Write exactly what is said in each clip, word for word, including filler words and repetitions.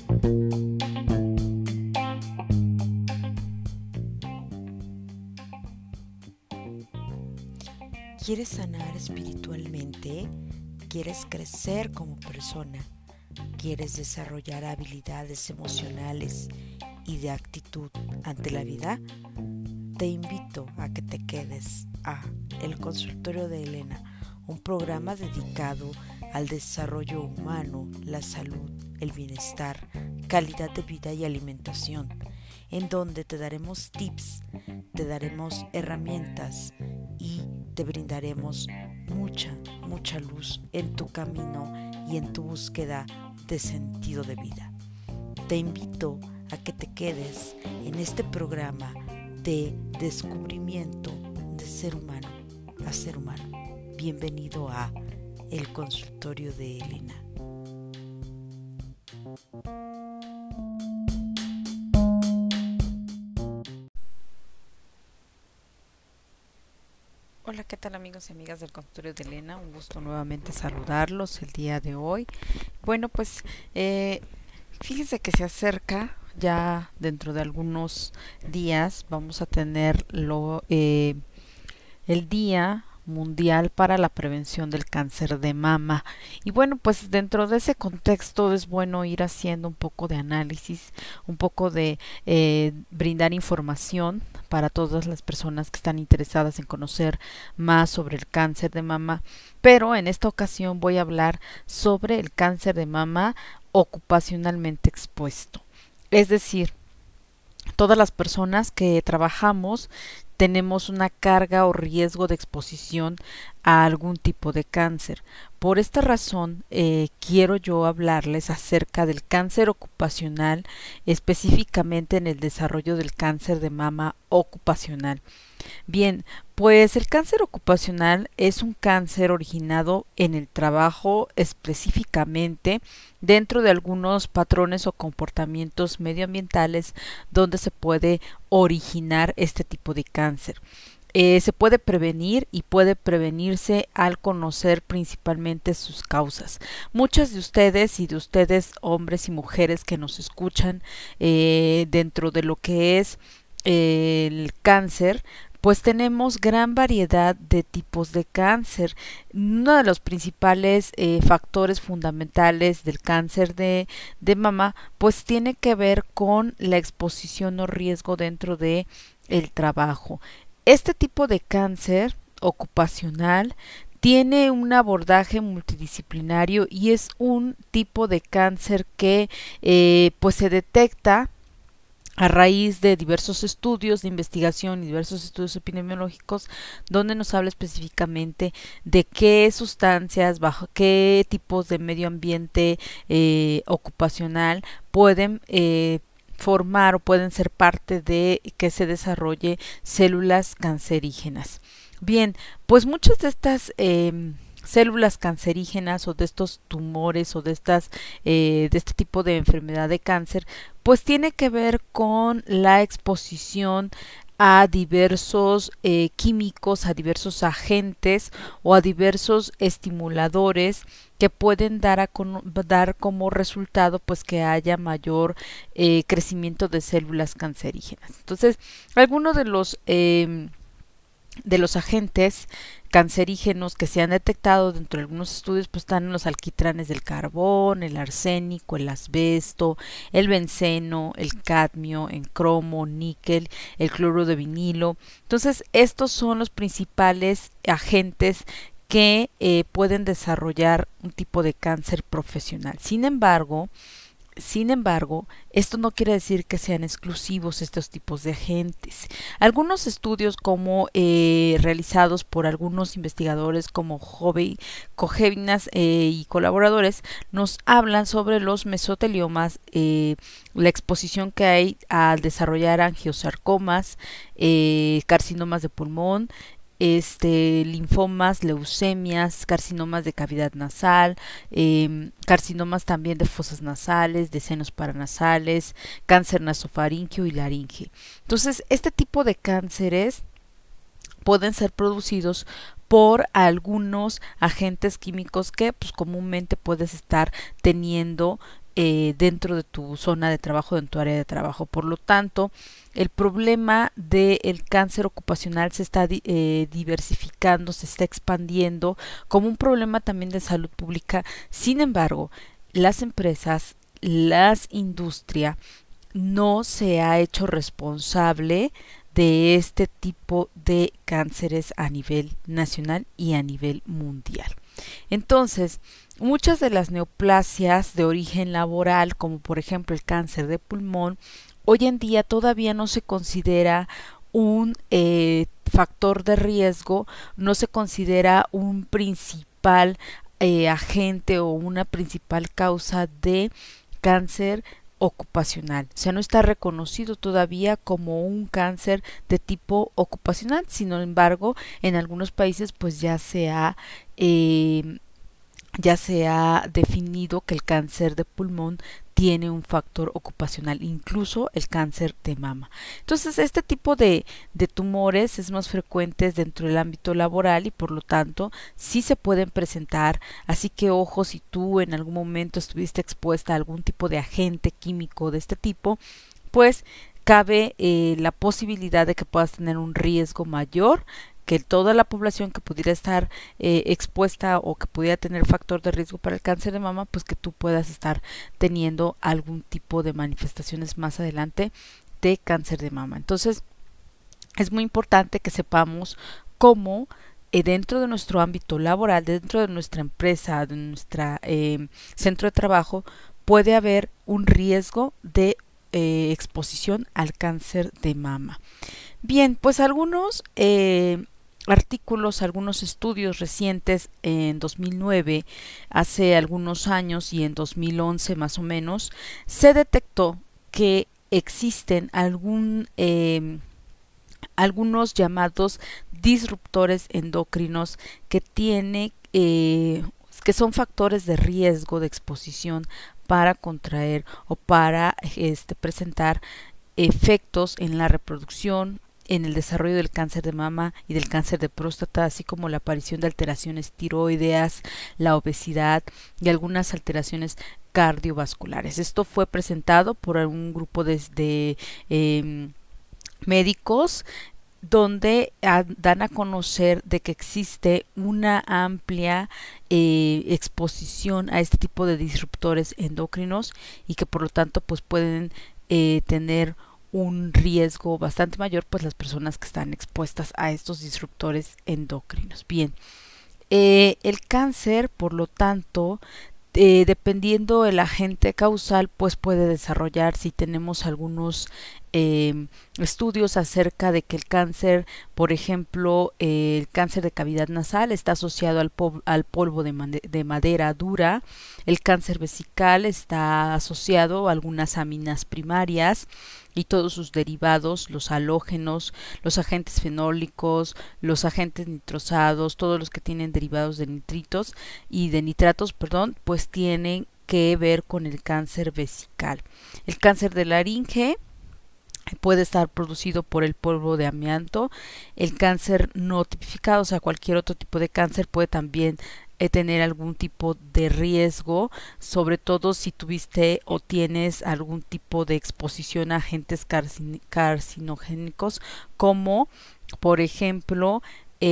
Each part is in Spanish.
¿Quieres sanar espiritualmente? ¿Quieres crecer como persona? ¿Quieres desarrollar habilidades emocionales y de actitud ante la vida? Te invito a que te quedes a El Consultorio de Elena, un programa dedicado al desarrollo humano, la salud, el bienestar, calidad de vida y alimentación, en donde te daremos tips, te daremos herramientas y te brindaremos mucha, mucha luz en tu camino y en tu búsqueda de sentido de vida. Te invito a que te quedes en este programa de descubrimiento de ser humano a ser humano. Bienvenido a El Consultorio de Elena. Hola, ¿qué tal amigos y amigas del Consultorio de Elena? Un gusto nuevamente saludarlos el día de hoy. Bueno, pues eh, fíjense que se acerca ya dentro de algunos días, vamos a tener lo, eh, el Día Mundial para la Prevención del Cáncer de Mama. Y bueno, pues dentro de ese contexto es bueno ir haciendo un poco de análisis, un poco de eh, brindar información para todas las personas que están interesadas en conocer más sobre el cáncer de mama. Pero en esta ocasión voy a hablar sobre el cáncer de mama ocupacionalmente expuesto. Es decir, todas las personas que trabajamos tenemos una carga o riesgo de exposición a algún tipo de cáncer. Por esta razón, eh, quiero yo hablarles acerca del cáncer ocupacional, específicamente en el desarrollo del cáncer de mama ocupacional. Bien, pues el cáncer ocupacional es un cáncer originado en el trabajo, específicamente dentro de algunos patrones o comportamientos medioambientales donde se puede originar este tipo de cáncer. Eh, se puede prevenir y puede prevenirse al conocer principalmente sus causas. Muchas de ustedes y de ustedes, hombres y mujeres que nos escuchan eh, dentro de lo que es eh, el cáncer, pues tenemos gran variedad de tipos de cáncer. Uno de los principales eh, factores fundamentales del cáncer de, de mama pues tiene que ver con la exposición o riesgo dentro de el trabajo. Este tipo de cáncer ocupacional tiene un abordaje multidisciplinario y es un tipo de cáncer que eh, pues se detecta a raíz de diversos estudios de investigación y diversos estudios epidemiológicos donde nos habla específicamente de qué sustancias, bajo qué tipos de medio ambiente eh, ocupacional pueden eh, formar o pueden ser parte de que se desarrolle células cancerígenas. Bien, pues muchas de estas eh, células cancerígenas o de estos tumores o de estas eh, de este tipo de enfermedad de cáncer pues tiene que ver con la exposición a diversos eh, químicos, a diversos agentes o a diversos estimuladores que pueden dar, a con, dar como resultado pues que haya mayor eh, crecimiento de células cancerígenas. Entonces, algunos de los eh, de los agentes cancerígenos que se han detectado dentro de algunos estudios pues están los alquitranes del carbón, el arsénico, el asbesto, el benceno, el cadmio, el cromo, níquel, el cloro de vinilo. Entonces estos son los principales agentes que eh, pueden desarrollar un tipo de cáncer profesional. Sin embargo, Sin embargo, esto no quiere decir que sean exclusivos estos tipos de agentes. Algunos estudios como eh, realizados por algunos investigadores como Cogevinas eh, y colaboradores nos hablan sobre los mesoteliomas, eh, la exposición que hay al desarrollar angiosarcomas, eh, carcinomas de pulmón, este, linfomas, leucemias, carcinomas de cavidad nasal, eh, carcinomas también de fosas nasales, de senos paranasales, cáncer nasofaríngeo y laringe. Entonces, este tipo de cánceres pueden ser producidos por algunos agentes químicos que pues comúnmente puedes estar teniendo eh, dentro de tu zona de trabajo, en tu área de trabajo. Por lo tanto, el problema del cáncer ocupacional se está eh, diversificando, se está expandiendo como un problema también de salud pública. Sin embargo, las empresas, las industrias, no se ha hecho responsable de este tipo de cánceres a nivel nacional y a nivel mundial. Entonces, muchas de las neoplasias de origen laboral, como por ejemplo el cáncer de pulmón, hoy en día todavía no se considera un eh, factor de riesgo, no se considera un principal eh, agente o una principal causa de cáncer ocupacional. O sea, no está reconocido todavía como un cáncer de tipo ocupacional. Sin embargo, en algunos países pues ya se ha eh, ya se ha definido que el cáncer de pulmón tiene un factor ocupacional, incluso el cáncer de mama. Entonces, este tipo de, de tumores es más frecuente dentro del ámbito laboral y por lo tanto sí se pueden presentar. Así que ojo, si tú en algún momento estuviste expuesta a algún tipo de agente químico de este tipo, pues cabe eh, la posibilidad de que puedas tener un riesgo mayor que toda la población que pudiera estar eh, expuesta o que pudiera tener factor de riesgo para el cáncer de mama, pues que tú puedas estar teniendo algún tipo de manifestaciones más adelante de cáncer de mama. Entonces, es muy importante que sepamos cómo eh, dentro de nuestro ámbito laboral, dentro de nuestra empresa, de nuestro eh, centro de trabajo, puede haber un riesgo de eh, exposición al cáncer de mama. Bien, pues algunos eh, artículos, algunos estudios recientes en dos mil nueve, hace algunos años y en dos mil once más o menos, se detectó que existen algún, eh, algunos llamados disruptores endocrinos que tiene, eh, que son factores de riesgo de exposición para contraer o para este, presentar efectos en la reproducción, en el desarrollo del cáncer de mama y del cáncer de próstata, así como la aparición de alteraciones tiroideas, la obesidad y algunas alteraciones cardiovasculares. Esto fue presentado por un grupo de, de eh, médicos donde a, dan a conocer de que existe una amplia eh, exposición a este tipo de disruptores endocrinos y que por lo tanto pues pueden eh, tener un riesgo bastante mayor pues las personas que están expuestas a estos disruptores endocrinos. Bien, eh, el cáncer por lo tanto eh, dependiendo el agente causal pues puede desarrollar, si tenemos algunos eh, estudios acerca de que el cáncer, por ejemplo eh, el cáncer de cavidad nasal está asociado al, pol al polvo de, de madera dura, el cáncer vesical está asociado a algunas aminas primarias y todos sus derivados, los halógenos, los agentes fenólicos, los agentes nitrosados, todos los que tienen derivados de nitritos y de nitratos, perdón, pues tienen que ver con el cáncer vesical. El cáncer de laringe puede estar producido por el polvo de amianto. El cáncer no tipificado, o sea, cualquier otro tipo de cáncer puede también eh, tener algún tipo de riesgo, sobre todo si tuviste o tienes algún tipo de exposición a agentes carcin carcinogénicos, como por ejemplo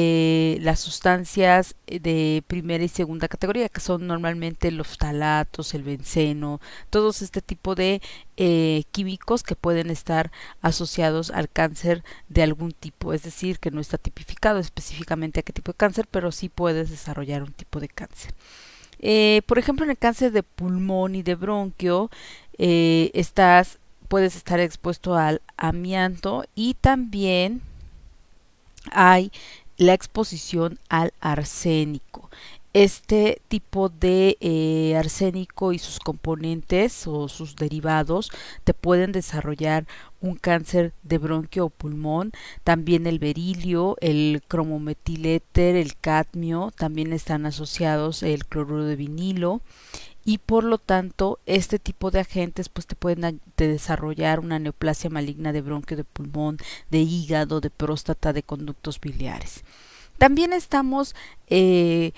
Eh, las sustancias de primera y segunda categoría, que son normalmente los ftalatos, el benceno, todos este tipo de eh, químicos que pueden estar asociados al cáncer de algún tipo, es decir, que no está tipificado específicamente a qué tipo de cáncer, pero sí puedes desarrollar un tipo de cáncer. Eh, por ejemplo, en el cáncer de pulmón y de bronquio, eh, estás, puedes estar expuesto al amianto y también hay la exposición al arsénico. Este tipo de eh, arsénico y sus componentes o sus derivados te pueden desarrollar un cáncer de bronquio o pulmón. También el berilio, el cromometiléter, el cadmio también están asociados, el cloruro de vinilo. Y por lo tanto este tipo de agentes pues te pueden de desarrollar una neoplasia maligna de bronquio, de pulmón, de hígado, de próstata, de conductos biliares. También estamos eh,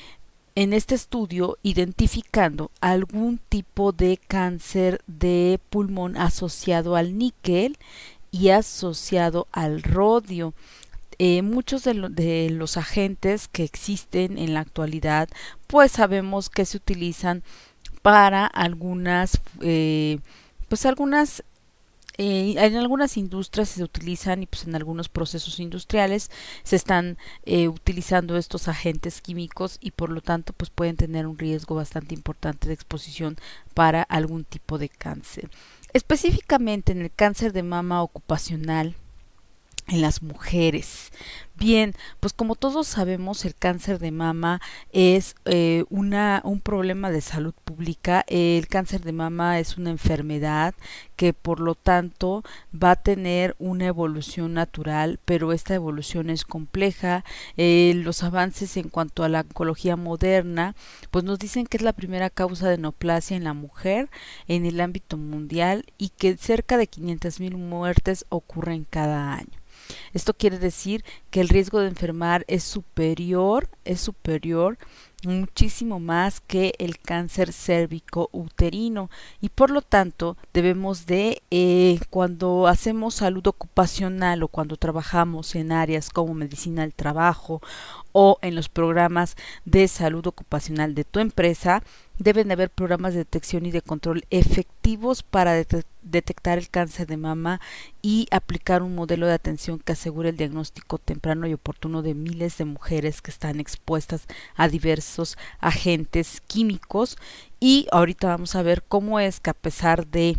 en este estudio identificando algún tipo de cáncer de pulmón asociado al níquel y asociado al rodio. Eh, muchos de, lo, de los agentes que existen en la actualidad, pues sabemos que se utilizan para algunas, eh, pues algunas eh, en algunas industrias se utilizan y pues en algunos procesos industriales se están eh, utilizando estos agentes químicos y por lo tanto pues pueden tener un riesgo bastante importante de exposición para algún tipo de cáncer. Específicamente en el cáncer de mama ocupacional en las mujeres. Bien, pues como todos sabemos, el cáncer de mama es eh, una, un problema de salud pública. El cáncer de mama es una enfermedad que por lo tanto va a tener una evolución natural, pero esta evolución es compleja. Eh, los avances en cuanto a la oncología moderna, pues nos dicen que es la primera causa de neoplasia en la mujer en el ámbito mundial y que cerca de quinientas mil muertes ocurren cada año. Esto quiere decir que el riesgo de enfermar es superior, es superior muchísimo más que el cáncer cérvico uterino y por lo tanto debemos de eh, cuando hacemos salud ocupacional o cuando trabajamos en áreas como medicina del trabajo o en los programas de salud ocupacional de tu empresa, deben de haber programas de detección y de control efectivos para det detectar el cáncer de mama y aplicar un modelo de atención que asegure el diagnóstico temprano y oportuno de miles de mujeres que están expuestas a diversos agentes químicos. Y ahorita vamos a ver cómo es que a pesar de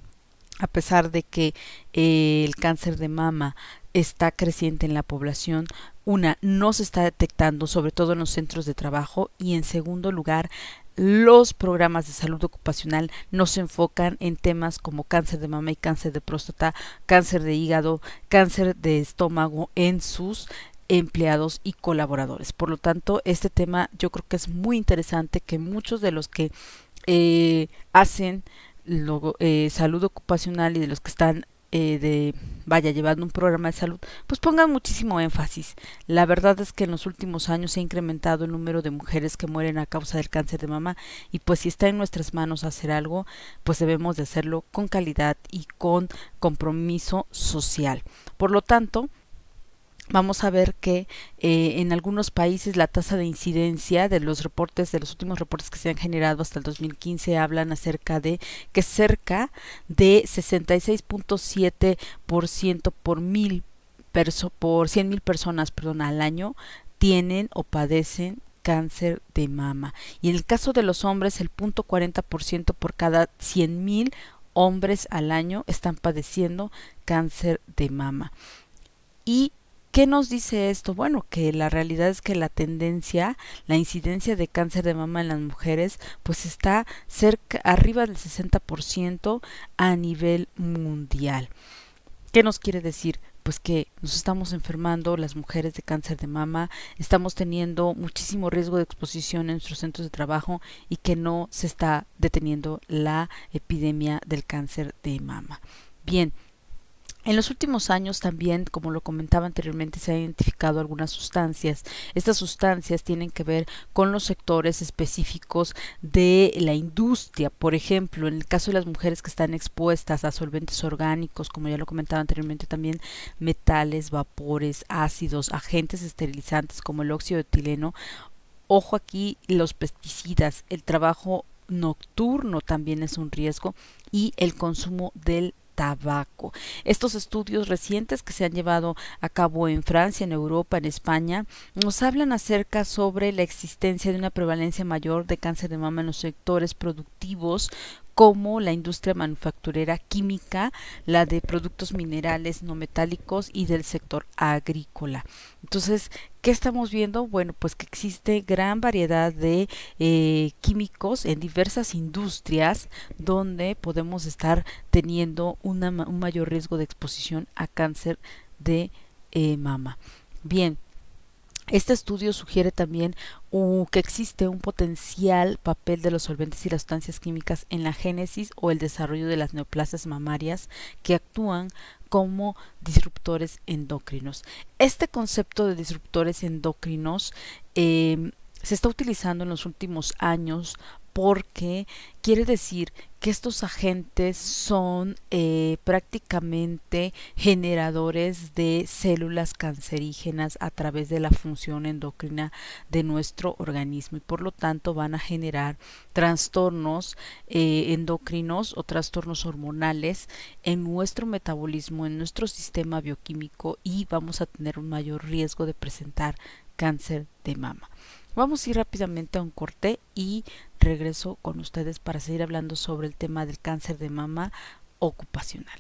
a pesar de que eh, el cáncer de mama está creciente en la población, una, no se está detectando, sobre todo en los centros de trabajo, y en segundo lugar, los programas de salud ocupacional no se enfocan en temas como cáncer de mama y cáncer de próstata, cáncer de hígado, cáncer de estómago en sus empleados y colaboradores. Por lo tanto, este tema yo creo que es muy interesante, que muchos de los que eh, hacen Lo, eh, salud ocupacional y de los que están eh, de vaya llevando un programa de salud, pues pongan muchísimo énfasis. La verdad es que en los últimos años se ha incrementado el número de mujeres que mueren a causa del cáncer de mama y pues si está en nuestras manos hacer algo, pues debemos de hacerlo con calidad y con compromiso social. Por lo tanto, vamos a ver que eh, en algunos países la tasa de incidencia de los reportes, de los últimos reportes que se han generado hasta el dos mil quince, hablan acerca de que cerca de sesenta y seis punto siete por ciento por mil perso por cien mil personas, perdón, al año tienen o padecen cáncer de mama. Y en el caso de los hombres, el punto cuarenta por ciento por cada cien mil hombres al año están padeciendo cáncer de mama. Y ¿qué nos dice esto? Bueno, que la realidad es que la tendencia, la incidencia de cáncer de mama en las mujeres, pues está cerca, arriba del sesenta por ciento a nivel mundial. ¿Qué nos quiere decir? Pues que nos estamos enfermando las mujeres de cáncer de mama, estamos teniendo muchísimo riesgo de exposición en nuestros centros de trabajo y que no se está deteniendo la epidemia del cáncer de mama. Bien. En los últimos años también, como lo comentaba anteriormente, se han identificado algunas sustancias. Estas sustancias tienen que ver con los sectores específicos de la industria. Por ejemplo, en el caso de las mujeres que están expuestas a solventes orgánicos, como ya lo comentaba anteriormente también, metales, vapores, ácidos, agentes esterilizantes como el óxido de etileno. Ojo aquí, los pesticidas, el trabajo nocturno también es un riesgo y el consumo del tabaco. Estos estudios recientes que se han llevado a cabo en Francia, en Europa, en España, nos hablan acerca sobre la existencia de una prevalencia mayor de cáncer de mama en los sectores productivos como la industria manufacturera química, la de productos minerales no metálicos y del sector agrícola. Entonces, ¿qué estamos viendo? Bueno, pues que existe gran variedad de eh, químicos en diversas industrias donde podemos estar teniendo una, un mayor riesgo de exposición a cáncer de eh, mama. Bien. Este estudio sugiere también uh, que existe un potencial papel de los solventes y las sustancias químicas en la génesis o el desarrollo de las neoplasias mamarias que actúan como disruptores endocrinos. Este concepto de disruptores endocrinos eh, se está utilizando en los últimos años porque quiere decir que estos agentes son eh, prácticamente generadores de células cancerígenas a través de la función endocrina de nuestro organismo y por lo tanto van a generar trastornos eh, endocrinos o trastornos hormonales en nuestro metabolismo, en nuestro sistema bioquímico y vamos a tener un mayor riesgo de presentar cáncer de mama. Vamos a ir rápidamente a un corte y regreso con ustedes para seguir hablando sobre el tema del cáncer de mama ocupacional.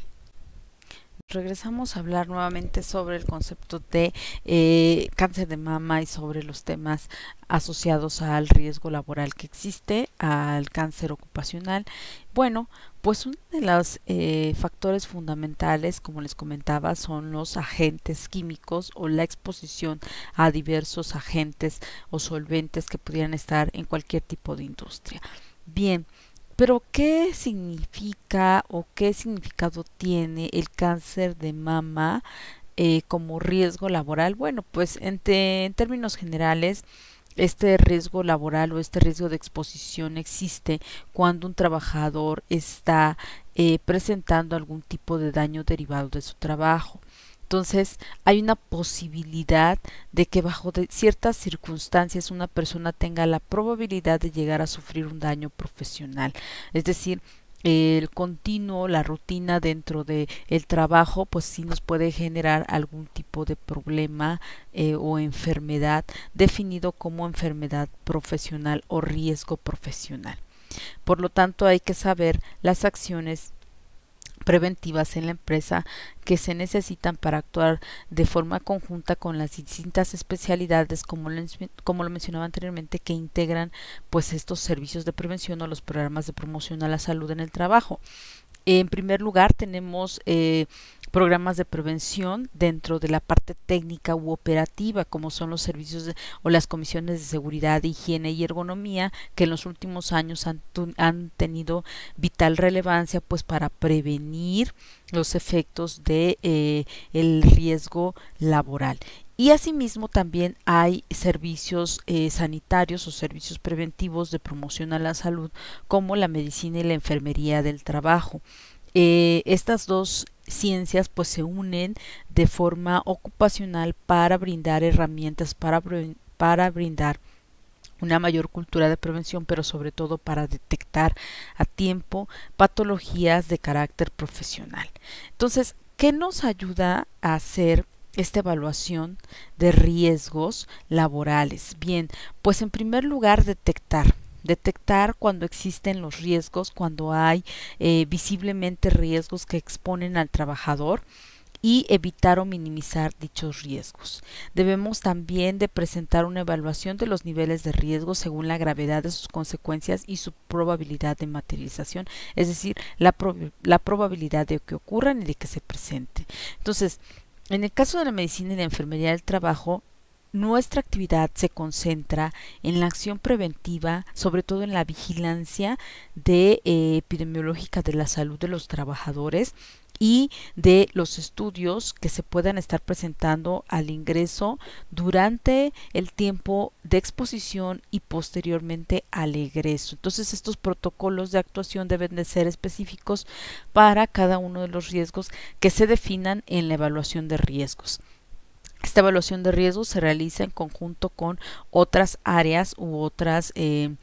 Regresamos a hablar nuevamente sobre el concepto de eh, cáncer de mama y sobre los temas asociados al riesgo laboral que existe, al cáncer ocupacional. Bueno, pues uno de los eh, factores fundamentales, como les comentaba, son los agentes químicos o la exposición a diversos agentes o solventes que pudieran estar en cualquier tipo de industria. Bien, pero ¿qué significa o qué significado tiene el cáncer de mama eh, como riesgo laboral? Bueno, pues en, te, en términos generales, este riesgo laboral o este riesgo de exposición existe cuando un trabajador está eh, presentando algún tipo de daño derivado de su trabajo. Entonces, hay una posibilidad de que bajo de ciertas circunstancias una persona tenga la probabilidad de llegar a sufrir un daño profesional. Es decir, el continuo, la rutina dentro de el trabajo, pues sí nos puede generar algún tipo de problema eh, o enfermedad definido como enfermedad profesional o riesgo profesional. Por lo tanto, hay que saber las acciones preventivas en la empresa que se necesitan para actuar de forma conjunta con las distintas especialidades como lo, como lo mencionaba anteriormente que integran pues estos servicios de prevención o los programas de promoción a la salud en el trabajo. En primer lugar tenemos eh, programas de prevención dentro de la parte técnica u operativa, como son los servicios de, o las comisiones de seguridad, higiene y ergonomía, que en los últimos años han, han tenido vital relevancia pues para prevenir los efectos de eh, el riesgo laboral. Y asimismo también hay servicios eh, sanitarios o servicios preventivos de promoción a la salud como la medicina y la enfermería del trabajo. Eh, estas dos ciencias pues se unen de forma ocupacional para brindar herramientas, para, para brindar una mayor cultura de prevención, pero sobre todo para detectar a tiempo patologías de carácter profesional. Entonces, ¿qué nos ayuda a hacer esta evaluación de riesgos laborales? Bien, pues en primer lugar detectar. Detectar cuando existen los riesgos, cuando hay eh, visiblemente riesgos que exponen al trabajador y evitar o minimizar dichos riesgos. Debemos también de presentar una evaluación de los niveles de riesgo según la gravedad de sus consecuencias y su probabilidad de materialización, es decir, la, prob la probabilidad de que ocurran y de que se presente. Entonces, en el caso de la medicina y la enfermería del trabajo, nuestra actividad se concentra en la acción preventiva, sobre todo en la vigilancia de, eh, epidemiológica de la salud de los trabajadores y de los estudios que se puedan estar presentando al ingreso durante el tiempo de exposición y posteriormente al egreso. Entonces estos protocolos de actuación deben de ser específicos para cada uno de los riesgos que se definan en la evaluación de riesgos. Esta evaluación de riesgos se realiza en conjunto con otras áreas u otras eh,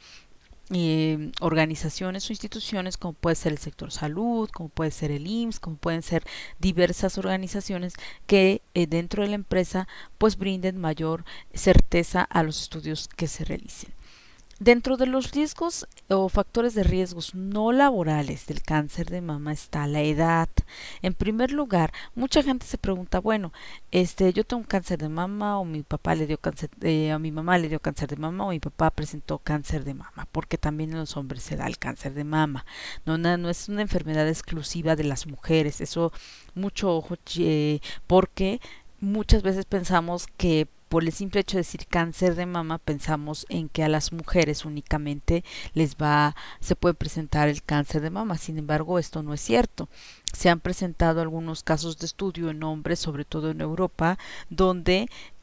eh, organizaciones o instituciones como puede ser el sector salud, como puede ser el I M S S, como pueden ser diversas organizaciones que eh, dentro de la empresa pues brinden mayor certeza a los estudios que se realicen. Dentro de los riesgos o factores de riesgos no laborales del cáncer de mama está la edad. En primer lugar, mucha gente se pregunta, bueno, este, yo tengo un cáncer de mama o mi papá le dio cáncer, eh, a mi mamá le dio cáncer de mama o mi papá presentó cáncer de mama, porque también en los hombres se da el cáncer de mama. No, no, no es una enfermedad exclusiva de las mujeres, eso mucho ojo, eh, porque muchas veces pensamos que por el simple hecho de decir cáncer de mama pensamos en que a las mujeres únicamente les va, se puede presentar el cáncer de mama. Sin embargo, esto no es cierto. Se han presentado algunos casos de estudio en hombres, sobre todo en Europa, donde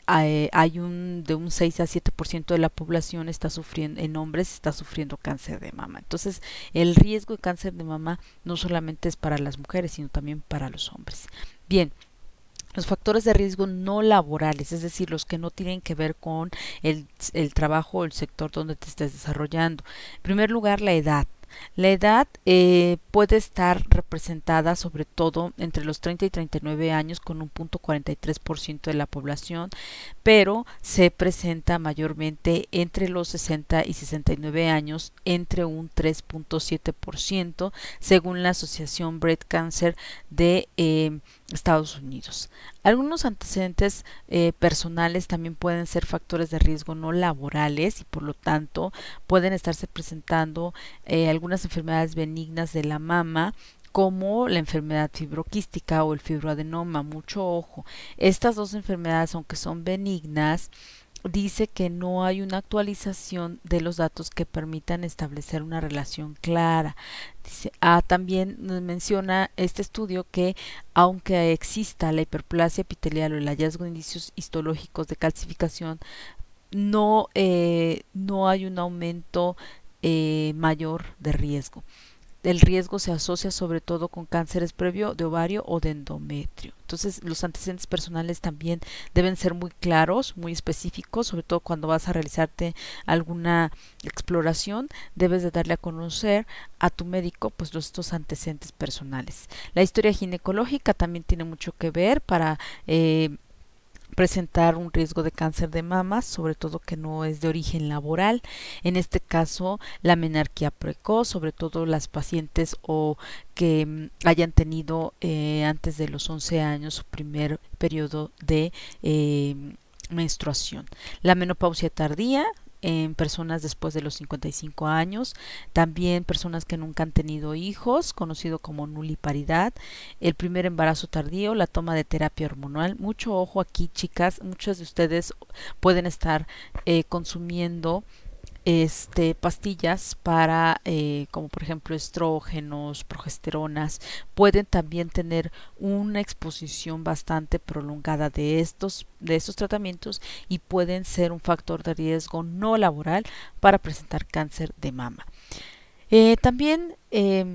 hay, hay un de un seis a siete por ciento de la población está sufriendo, en hombres está sufriendo cáncer de mama. Entonces, el riesgo de cáncer de mama no solamente es para las mujeres, sino también para los hombres. Bien, los factores de riesgo no laborales, es decir, los que no tienen que ver con el, el trabajo o el sector donde te estés desarrollando. En primer lugar, la edad. La edad eh, puede estar representada sobre todo entre los treinta y treinta y nueve años con un punto cuarenta y tres por ciento de la población, pero se presenta mayormente entre los sesenta y sesenta y nueve años entre un tres punto siete por ciento según la Asociación Breast Cancer de eh, Estados Unidos. Algunos antecedentes eh, personales también pueden ser factores de riesgo no laborales y por lo tanto pueden estarse presentando eh, algunas enfermedades benignas de la mama como la enfermedad fibroquística o el fibroadenoma. Mucho ojo, estas dos enfermedades, aunque son benignas, dice que no hay una actualización de los datos que permitan establecer una relación clara. Dice, ah, también nos menciona este estudio que aunque exista la hiperplasia epitelial o el hallazgo de indicios histológicos de calcificación, no, eh, no hay un aumento eh, mayor de riesgo. El riesgo se asocia sobre todo con cánceres previo de ovario o de endometrio. Entonces, los antecedentes personales también deben ser muy claros, muy específicos, sobre todo cuando vas a realizarte alguna exploración, debes de darle a conocer a tu médico pues estos antecedentes personales. La historia ginecológica también tiene mucho que ver para eh, presentar un riesgo de cáncer de mama, sobre todo que no es de origen laboral. En este caso, la menarquía precoz, sobre todo las pacientes o que mm, hayan tenido eh, antes de los once años su primer periodo de eh, menstruación. La menopausia tardía en personas después de los cincuenta y cinco años, también personas que nunca han tenido hijos, conocido como nuliparidad, el primer embarazo tardío, la toma de terapia hormonal. Mucho ojo aquí, chicas, muchas de ustedes pueden estar eh, consumiendo este, pastillas para, eh, como por ejemplo estrógenos, progesteronas, pueden también tener una exposición bastante prolongada de estos, de estos tratamientos y pueden ser un factor de riesgo no laboral para presentar cáncer de mama. Eh, también eh,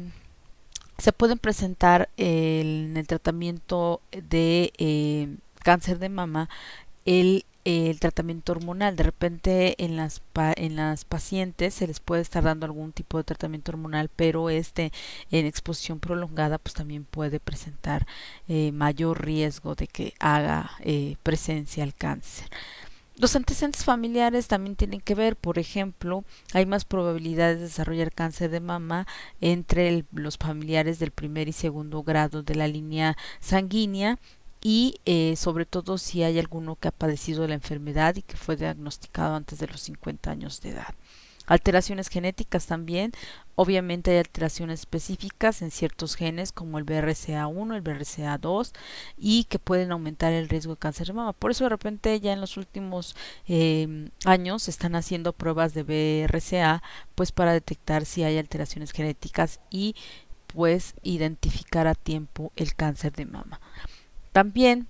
se pueden presentar eh, en el tratamiento de eh, cáncer de mama el el tratamiento hormonal. De repente en las pa en las pacientes se les puede estar dando algún tipo de tratamiento hormonal, pero este en exposición prolongada pues también puede presentar eh, mayor riesgo de que haga eh, presencia el cáncer. Los antecedentes familiares también tienen que ver, por ejemplo, hay más probabilidades de desarrollar cáncer de mama entre el, los familiares del primer y segundo grado de la línea sanguínea, y eh, sobre todo si hay alguno que ha padecido la enfermedad y que fue diagnosticado antes de los cincuenta años de edad. Alteraciones genéticas también, obviamente hay alteraciones específicas en ciertos genes como el B R C A uno, el B R C A dos y que pueden aumentar el riesgo de cáncer de mama. Por eso de repente ya en los últimos eh, años se están haciendo pruebas de B R C A pues para detectar si hay alteraciones genéticas y pues identificar a tiempo el cáncer de mama. También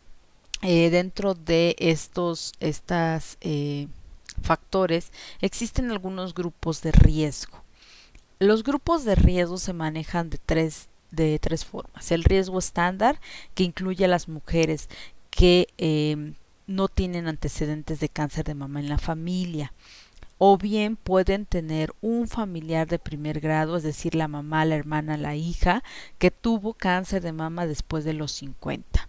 eh, dentro de estos estas, eh, factores existen algunos grupos de riesgo. Los grupos de riesgo se manejan de tres, de tres formas. El riesgo estándar, que incluye a las mujeres que eh, no tienen antecedentes de cáncer de mama en la familia, o bien pueden tener un familiar de primer grado, es decir, la mamá, la hermana, la hija, que tuvo cáncer de mama después de los cincuenta.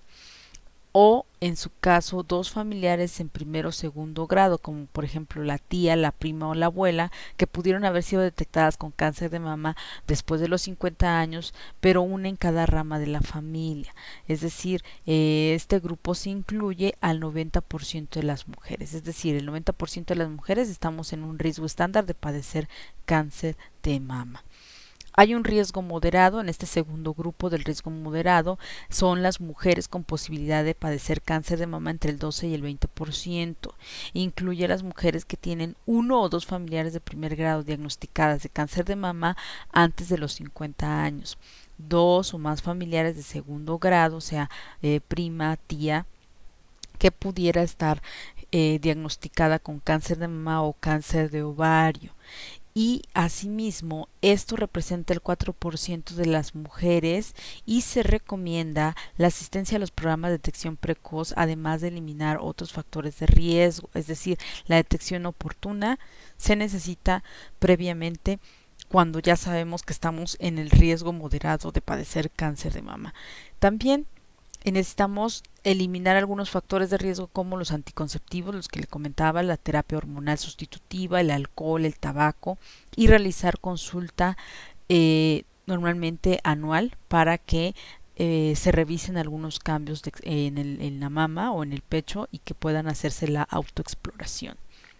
O en su caso dos familiares en primero o segundo grado, como por ejemplo la tía, la prima o la abuela, que pudieron haber sido detectadas con cáncer de mama después de los cincuenta años, pero una en cada rama de la familia. Es decir, eh, este grupo se incluye al noventa por ciento de las mujeres, es decir, el noventa por ciento de las mujeres estamos en un riesgo estándar de padecer cáncer de mama. Hay un riesgo moderado, en este segundo grupo del riesgo moderado son las mujeres con posibilidad de padecer cáncer de mama entre el doce y el veinte por ciento. Incluye a las mujeres que tienen uno o dos familiares de primer grado diagnosticadas de cáncer de mama antes de los cincuenta años. Dos o más familiares de segundo grado, o sea, eh, prima, tía, que pudiera estar eh, diagnosticada con cáncer de mama o cáncer de ovario. Y asimismo esto representa el cuatro por ciento de las mujeres y se recomienda la asistencia a los programas de detección precoz, además de eliminar otros factores de riesgo, es decir, la detección oportuna se necesita previamente cuando ya sabemos que estamos en el riesgo moderado de padecer cáncer de mama. También necesitamos eliminar algunos factores de riesgo como los anticonceptivos, los que le comentaba, la terapia hormonal sustitutiva, el alcohol, el tabaco, y realizar consulta eh, normalmente anual para que eh, se revisen algunos cambios de, en, el, en la mama o en el pecho y que puedan hacerse la autoexploración.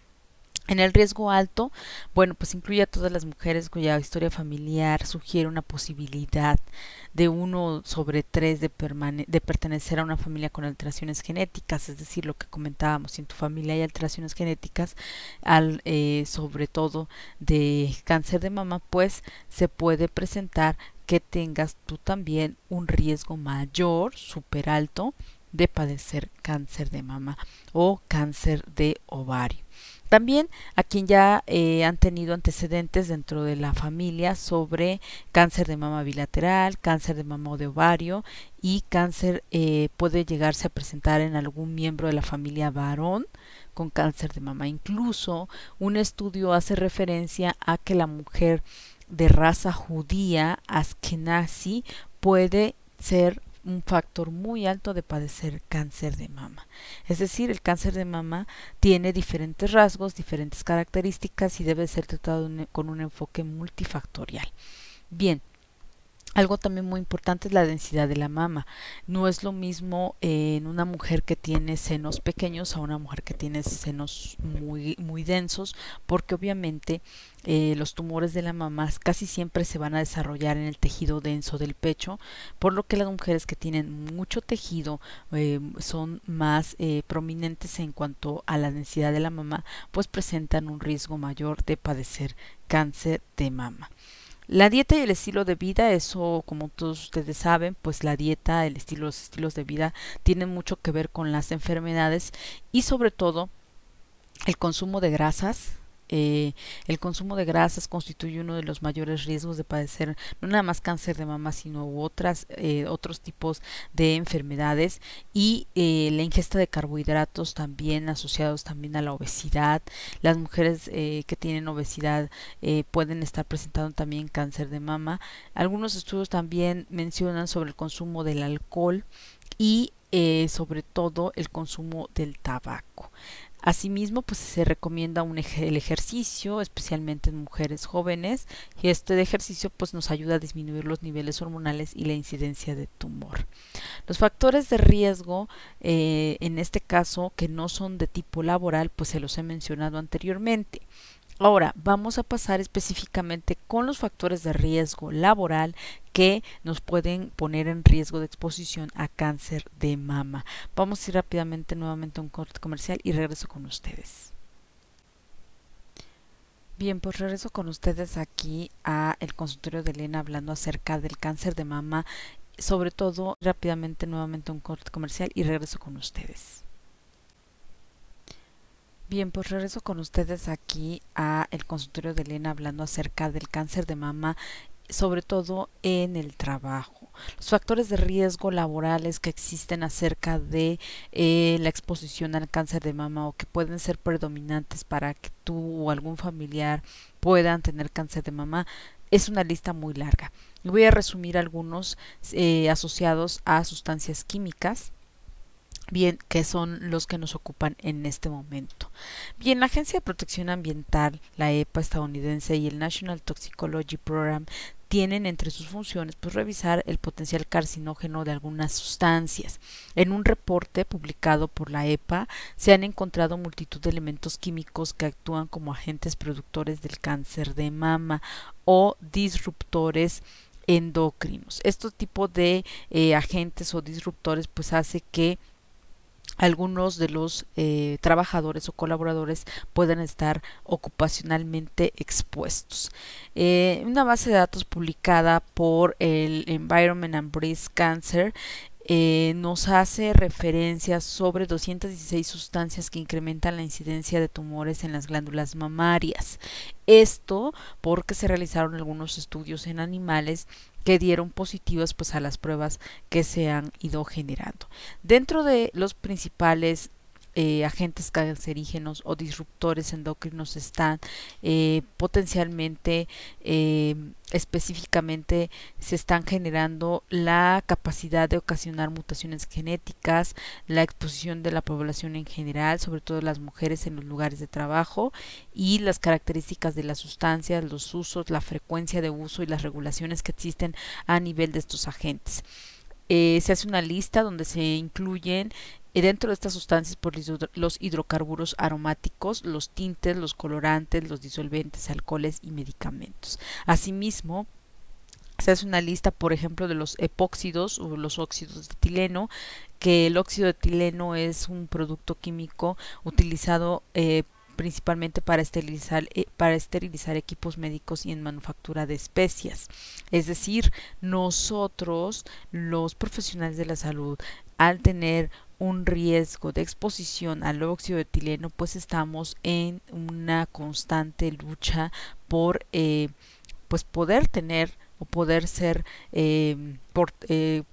En el riesgo alto, bueno, pues incluye a todas las mujeres cuya historia familiar sugiere una posibilidad de uno sobre tres de, de pertenecer a una familia con alteraciones genéticas, es decir, lo que comentábamos, si en tu familia hay alteraciones genéticas, al, eh, sobre todo de cáncer de mama, pues se puede presentar que tengas tú también un riesgo mayor, súper alto, de padecer cáncer de mama o cáncer de ovario. También a quien ya eh, han tenido antecedentes dentro de la familia sobre cáncer de mama bilateral, cáncer de mama o de ovario y cáncer eh, puede llegarse a presentar en algún miembro de la familia varón con cáncer de mama. Incluso un estudio hace referencia a que la mujer de raza judía askenazi puede ser un factor muy alto de padecer cáncer de mama. Es decir, el cáncer de mama tiene diferentes rasgos, diferentes características y debe ser tratado con un enfoque multifactorial. Bien, algo también muy importante es la densidad de la mama. No es lo mismo eh, en una mujer que tiene senos pequeños a una mujer que tiene senos muy, muy densos, porque obviamente eh, los tumores de la mama casi siempre se van a desarrollar en el tejido denso del pecho, por lo que las mujeres que tienen mucho tejido eh, son más eh, prominentes en cuanto a la densidad de la mama, pues presentan un riesgo mayor de padecer cáncer de mama. La dieta y el estilo de vida, eso como todos ustedes saben, pues la dieta, el estilo, los estilos de vida tienen mucho que ver con las enfermedades y sobre todo el consumo de grasas. Eh, el consumo de grasas constituye uno de los mayores riesgos de padecer no nada más cáncer de mama, sino otras, eh, otros tipos de enfermedades y eh, la ingesta de carbohidratos también asociados también a la obesidad. Las mujeres eh, que tienen obesidad eh, pueden estar presentando también cáncer de mama. Algunos estudios también mencionan sobre el consumo del alcohol y eh, sobre todo el consumo del tabaco. Asimismo, pues se recomienda un ej el ejercicio, especialmente en mujeres jóvenes, y este de ejercicio pues nos ayuda a disminuir los niveles hormonales y la incidencia de tumor. Los factores de riesgo, eh, en este caso, que no son de tipo laboral, pues se los he mencionado anteriormente. Ahora vamos a pasar específicamente con los factores de riesgo laboral que nos pueden poner en riesgo de exposición a cáncer de mama. Vamos a ir rápidamente nuevamente a un corte comercial y regreso con ustedes. Bien, pues regreso con ustedes aquí a el consultorio de Elena hablando acerca del cáncer de mama, sobre todo rápidamente nuevamente a un corte comercial y regreso con ustedes. Bien, pues regreso con ustedes aquí a el consultorio de Elena hablando acerca del cáncer de mama, sobre todo en el trabajo. Los factores de riesgo laborales que existen acerca de eh, la exposición al cáncer de mama o que pueden ser predominantes para que tú o algún familiar puedan tener cáncer de mama es una lista muy larga. Y voy a resumir algunos eh, asociados a sustancias químicas. Bien, que son los que nos ocupan en este momento. Bien, la Agencia de Protección Ambiental, la E P A estadounidense y el National Toxicology Program tienen entre sus funciones pues revisar el potencial carcinógeno de algunas sustancias. En un reporte publicado por la E P A se han encontrado multitud de elementos químicos que actúan como agentes productores del cáncer de mama o disruptores endocrinos. Este tipo de eh, agentes o disruptores pues hace que algunos de los eh, trabajadores o colaboradores pueden estar ocupacionalmente expuestos. Eh, una base de datos publicada por el Environment and Breast Cancer eh, nos hace referencia sobre doscientas dieciséis sustancias que incrementan la incidencia de tumores en las glándulas mamarias. Esto porque se realizaron algunos estudios en animales que dieron positivas pues a las pruebas que se han ido generando. Dentro de los principales eh, agentes cancerígenos o disruptores endocrinos están eh, potencialmente eh, específicamente se están generando la capacidad de ocasionar mutaciones genéticas, la exposición de la población en general, sobre todo las mujeres en los lugares de trabajo, y las características de las sustancias, los usos, la frecuencia de uso y las regulaciones que existen a nivel de estos agentes. Eh, se hace una lista donde se incluyen eh, dentro de estas sustancias por los hidrocarburos aromáticos, los tintes, los colorantes, los disolventes, alcoholes y medicamentos. Asimismo, se hace una lista, por ejemplo, de los epóxidos o los óxidos de etileno, que el óxido de etileno es un producto químico utilizado eh, principalmente para esterilizar, eh, para esterilizar equipos médicos y en manufactura de especias. Es decir, nosotros, los profesionales de la salud, al tener un riesgo de exposición al óxido de etileno, pues estamos en una constante lucha por eh, pues poder tener o poder ser eh, por, eh,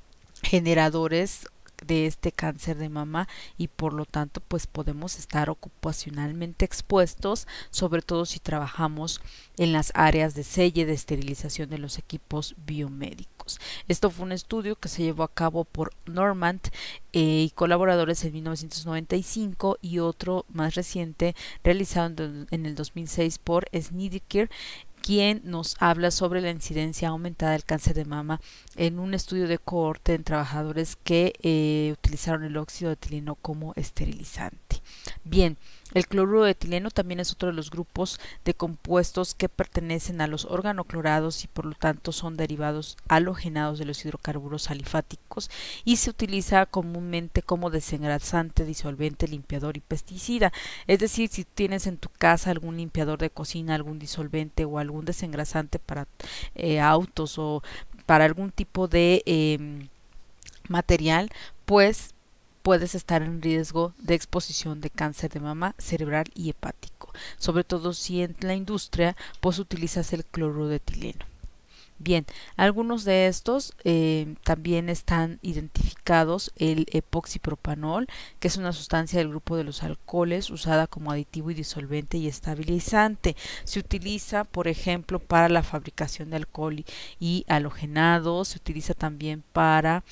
generadores de este cáncer de mama, y por lo tanto pues podemos estar ocupacionalmente expuestos, sobre todo si trabajamos en las áreas de selle, de esterilización de los equipos biomédicos. Esto fue un estudio que se llevó a cabo por Normand eh, y colaboradores en mil novecientos noventa y cinco, y otro más reciente realizado en, en el dos mil seis por Snedeker, quien nos habla sobre la incidencia aumentada del cáncer de mama en un estudio de cohorte en trabajadores que eh, utilizaron el óxido de etileno como esterilizante. Bien, el cloruro de etileno también es otro de los grupos de compuestos que pertenecen a los organoclorados y por lo tanto son derivados halogenados de los hidrocarburos alifáticos, y se utiliza comúnmente como desengrasante, disolvente, limpiador y pesticida. Es decir, si tienes en tu casa algún limpiador de cocina, algún disolvente o algún desengrasante para eh, autos o para algún tipo de eh, material, pues puedes estar en riesgo de exposición de cáncer de mama cerebral y hepático, sobre todo si en la industria pues utilizas el cloruro de etileno. Bien, algunos de estos eh, también están identificados: el epoxipropanol, que es una sustancia del grupo de los alcoholes usada como aditivo y disolvente y estabilizante. Se utiliza, por ejemplo, para la fabricación de alcohol y, y halogenados, se utiliza también para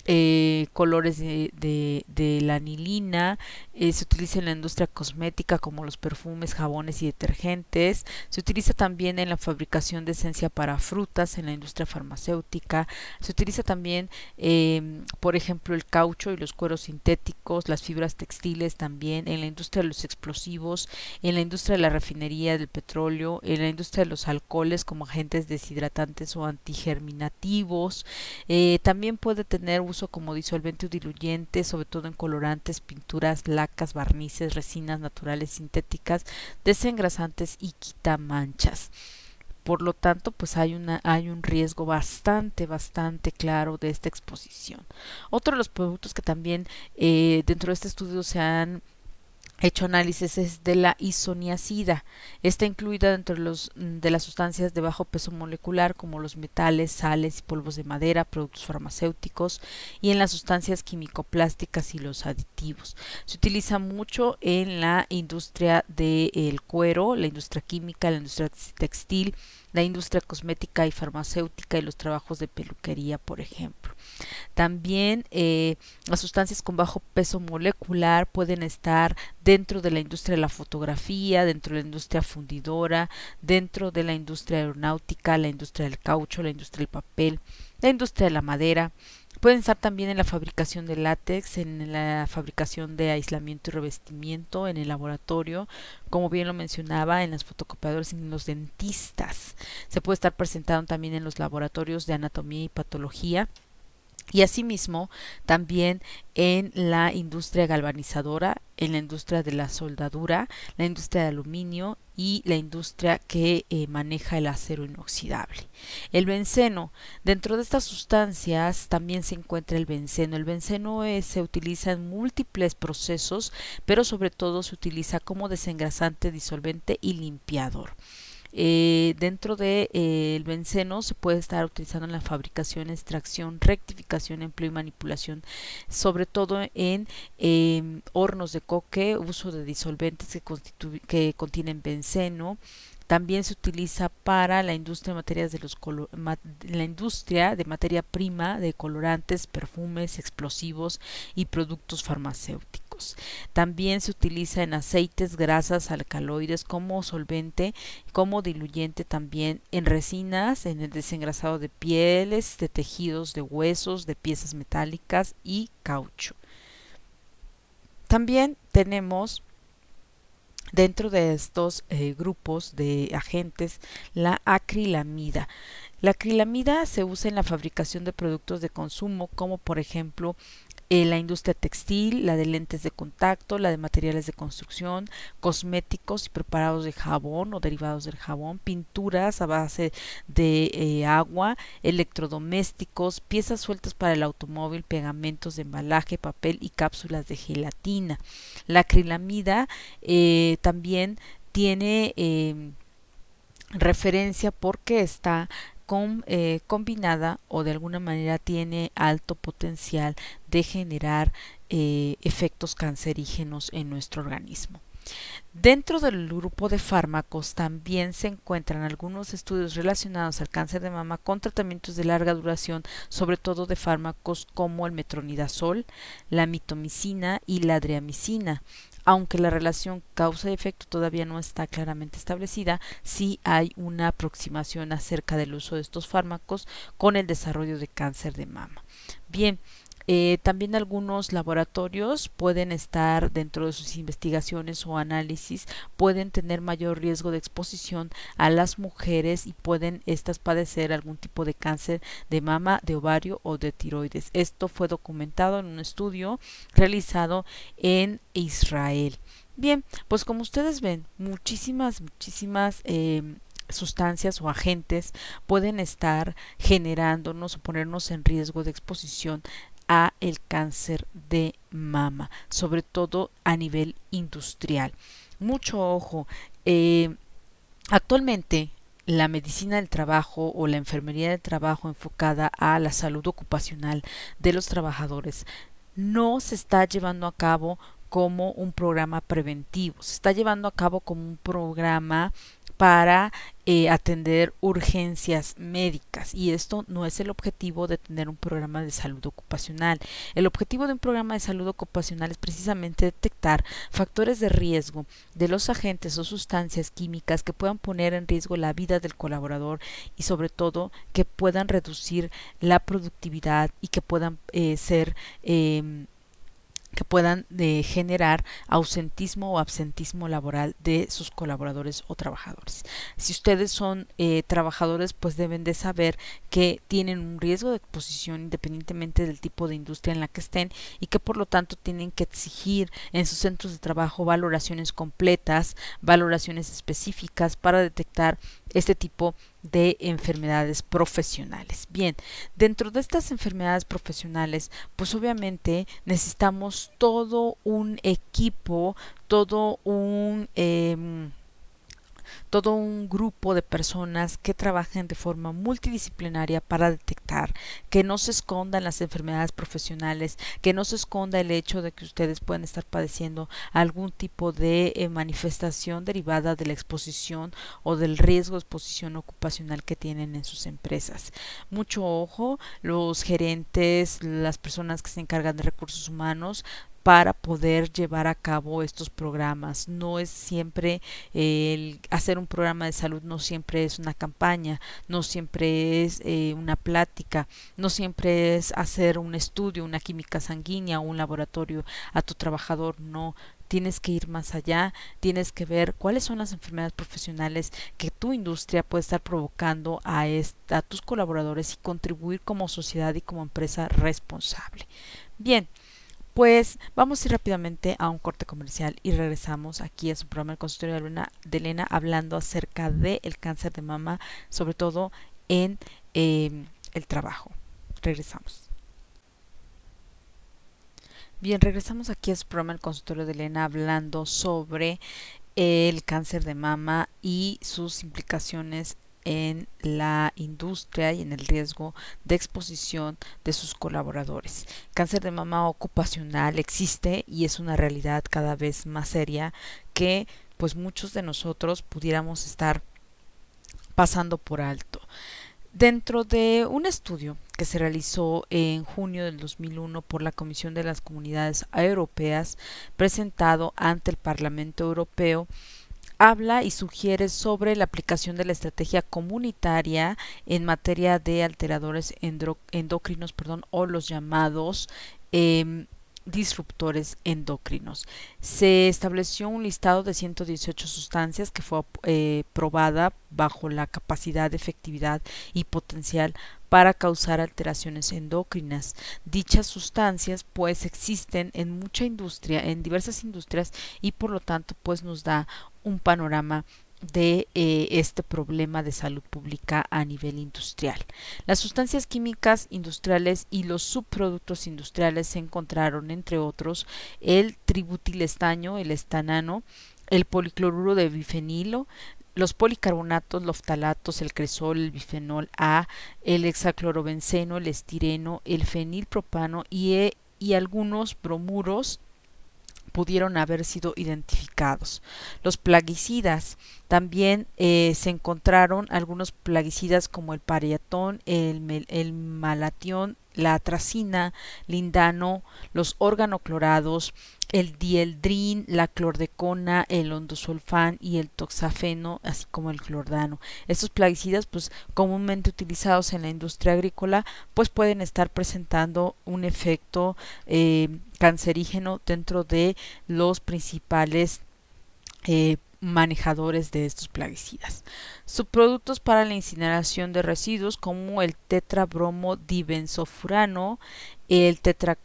Eh, colores de, de, de la anilina, eh, se utiliza en la industria cosmética como los perfumes, jabones y detergentes, se utiliza también en la fabricación de esencia para frutas, en la industria farmacéutica, se utiliza también, eh, por ejemplo, el caucho y los cueros sintéticos, las fibras textiles también, en la industria de los explosivos, en la industria de la refinería del petróleo, en la industria de los alcoholes como agentes deshidratantes o antigerminativos. Eh, también puede tener uso como disolvente o diluyente, sobre todo en colorantes, pinturas, lacas, barnices, resinas naturales sintéticas, desengrasantes y quitamanchas. Por lo tanto, pues hay, una, hay un riesgo bastante, bastante claro de esta exposición. Otro de los productos que también eh, dentro de este estudio se han hecho análisis es de la isoniazida. Está incluida dentro de, los, de las sustancias de bajo peso molecular como los metales, sales y polvos de madera, productos farmacéuticos, y en las sustancias químico-plásticas y los aditivos. Se utiliza mucho en la industria del cuero, la industria química, la industria textil, la industria cosmética y farmacéutica y los trabajos de peluquería, por ejemplo. También eh, las sustancias con bajo peso molecular pueden estar dentro de la industria de la fotografía, dentro de la industria fundidora, dentro de la industria aeronáutica, la industria del caucho, la industria del papel, la industria de la madera. Pueden estar también en la fabricación de látex, en la fabricación de aislamiento y revestimiento, en el laboratorio, como bien lo mencionaba, en las fotocopiadoras y en los dentistas. Se puede estar presentado también en los laboratorios de anatomía y patología, y asimismo también en la industria galvanizadora, en la industria de la soldadura, la industria de aluminio y la industria que eh, maneja el acero inoxidable. El benceno, dentro de estas sustancias también se encuentra el benceno. El benceno eh, se utiliza en múltiples procesos, pero sobre todo se utiliza como desengrasante, disolvente y limpiador. Eh, dentro del de, eh, el benceno se puede estar utilizando en la fabricación, extracción, rectificación, empleo y manipulación, sobre todo en eh, hornos de coque, uso de disolventes que, que contienen benceno. También se utiliza para la industria de materias de los ma la industria de materia prima de colorantes, perfumes, explosivos y productos farmacéuticos. También se utiliza en aceites, grasas, alcaloides como solvente, como diluyente también en resinas, en el desengrasado de pieles, de tejidos, de huesos, de piezas metálicas y caucho. También tenemos dentro de estos eh, grupos de agentes la acrilamida. La acrilamida se usa en la fabricación de productos de consumo como por ejemplo eh, la industria textil, la de lentes de contacto, la de materiales de construcción, cosméticos y preparados de jabón o derivados del jabón, pinturas a base de eh, agua, electrodomésticos, piezas sueltas para el automóvil, pegamentos de embalaje, papel y cápsulas de gelatina. La acrilamida eh, también tiene eh, referencia porque está Con, eh, combinada o de alguna manera tiene alto potencial de generar eh, efectos cancerígenos en nuestro organismo. Dentro del grupo de fármacos también se encuentran algunos estudios relacionados al cáncer de mama con tratamientos de larga duración, sobre todo de fármacos como el metronidazol, la mitomicina y la adriamicina. Aunque la relación causa y efecto todavía no está claramente establecida, sí hay una aproximación acerca del uso de estos fármacos con el desarrollo de cáncer de mama. Bien, Eh, también algunos laboratorios pueden estar dentro de sus investigaciones o análisis, pueden tener mayor riesgo de exposición a las mujeres y pueden estas padecer algún tipo de cáncer de mama, de ovario o de tiroides. Esto fue documentado en un estudio realizado en Israel. Bien, pues como ustedes ven, muchísimas, muchísimas eh, sustancias o agentes pueden estar generándonos o ponernos en riesgo de exposición a el cáncer de mama, sobre todo a nivel industrial. Mucho ojo, eh, actualmente la medicina del trabajo o la enfermería del trabajo enfocada a la salud ocupacional de los trabajadores no se está llevando a cabo como un programa preventivo, se está llevando a cabo como un programa para eh, atender urgencias médicas, y esto no es el objetivo de tener un programa de salud ocupacional. El objetivo de un programa de salud ocupacional es precisamente detectar factores de riesgo de los agentes o sustancias químicas que puedan poner en riesgo la vida del colaborador y sobre todo que puedan reducir la productividad y que puedan eh, ser eh, que puedan eh, generar ausentismo o absentismo laboral de sus colaboradores o trabajadores. Si ustedes son eh, trabajadores, pues deben de saber que tienen un riesgo de exposición independientemente del tipo de industria en la que estén y que por lo tanto tienen que exigir en sus centros de trabajo valoraciones completas, valoraciones específicas para detectar este tipo de enfermedades profesionales. Bien, dentro de estas enfermedades profesionales, pues obviamente necesitamos todo un equipo, todo un eh, todo un grupo de personas que trabajen de forma multidisciplinaria para detectar, que no se escondan las enfermedades profesionales, que no se esconda el hecho de que ustedes pueden estar padeciendo algún tipo de eh, manifestación derivada de la exposición o del riesgo de exposición ocupacional que tienen en sus empresas. Mucho ojo, los gerentes, las personas que se encargan de recursos humanos, para poder llevar a cabo estos programas. No es siempre eh, el hacer un programa de salud, no siempre es una campaña, no siempre es eh, una plática, no siempre es hacer un estudio, una química sanguínea o un laboratorio a tu trabajador, no. Tienes que ir más allá, tienes que ver cuáles son las enfermedades profesionales que tu industria puede estar provocando a, esta, a tus colaboradores y contribuir como sociedad y como empresa responsable. Bien, Pues vamos a ir rápidamente a un corte comercial y regresamos aquí a su programa El consultorio de Elena, de Elena hablando acerca del cáncer de mama, sobre todo en eh, el trabajo. Regresamos. Bien, regresamos aquí a su programa El consultorio de Elena hablando sobre el cáncer de mama y sus implicaciones en la industria y en el riesgo de exposición de sus colaboradores. Cáncer de mama ocupacional existe y es una realidad cada vez más seria que pues muchos de nosotros pudiéramos estar pasando por alto. Dentro de un estudio que se realizó en junio del dos mil uno por la Comisión de las Comunidades Europeas, presentado ante el Parlamento Europeo, habla y sugiere sobre la aplicación de la estrategia comunitaria en materia de alteradores endocrinos, perdón, o los llamados eh, disruptores endocrinos. Se estableció un listado de ciento dieciocho sustancias que fue eh, probada bajo la capacidad, efectividad y potencial para causar alteraciones endocrinas. Dichas sustancias pues existen en mucha industria, en diversas industrias, y por lo tanto pues nos da un panorama de eh, este problema de salud pública a nivel industrial. Las sustancias químicas industriales y los subproductos industriales se encontraron, entre otros, el tributilestaño, el estanano, el policloruro de bifenilo, los policarbonatos, los ftalatos, el cresol, el bifenol A, el hexaclorobenceno, el estireno, el fenilpropano y, e, y algunos bromuros pudieron haber sido identificados. Los plaguicidas, también eh, se encontraron algunos plaguicidas como el parietón, el, el malatión, la atracina, lindano, los organoclorados, el dieldrin, la clordecona, el ondosulfán y el toxafeno, así como el clordano. Estos plaguicidas, pues comúnmente utilizados en la industria agrícola, pues pueden estar presentando un efecto eh, cancerígeno dentro de los principales eh, manejadores de estos plaguicidas. Subproductos para la incineración de residuos como el tetrabromodibenzofurano, el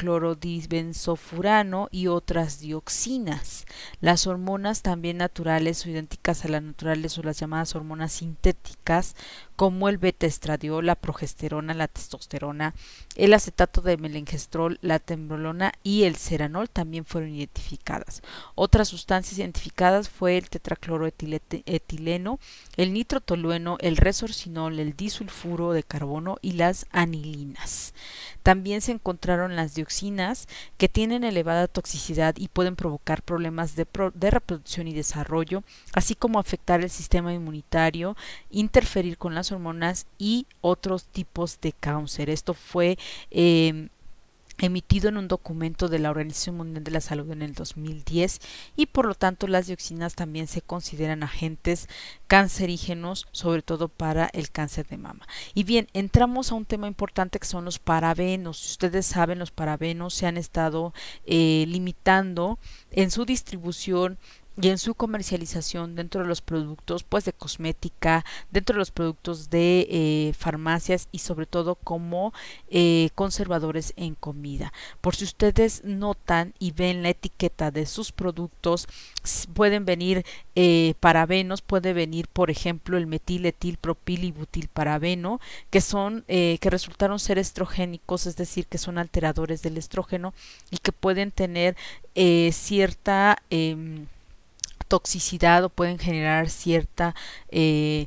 tetraclorodibenzofurano y otras dioxinas. Las hormonas también naturales o idénticas a las naturales o las llamadas hormonas sintéticas como el beta-estradiol, la progesterona, la testosterona, el acetato de melengestrol, la tembrolona y el ceranol también fueron identificadas. Otras sustancias identificadas fue el tetracloroetileno, el nitrotolueno, el resorcinol, el disulfuro de carbono y las anilinas. También se encontraron las dioxinas, que tienen elevada toxicidad y pueden provocar problemas de, pro de reproducción y desarrollo, así como afectar el sistema inmunitario, interferir con las hormonas y otros tipos de cáncer. Esto fue eh, emitido en un documento de la Organización Mundial de la Salud en el dos mil diez, y por lo tanto las dioxinas también se consideran agentes cancerígenos, sobre todo para el cáncer de mama. Y bien, entramos a un tema importante que son los parabenos. Si ustedes saben, los parabenos se han estado eh, limitando en su distribución y en su comercialización dentro de los productos pues de cosmética, dentro de los productos de eh, farmacias y sobre todo como eh, conservadores en comida. Por si ustedes notan y ven la etiqueta de sus productos, pueden venir eh, parabenos, puede venir por ejemplo el metil, etil, propil y butilparabeno, que son eh, que resultaron ser estrogénicos, es decir, que son alteradores del estrógeno y que pueden tener eh, cierta eh, toxicidad o pueden generar cierta eh,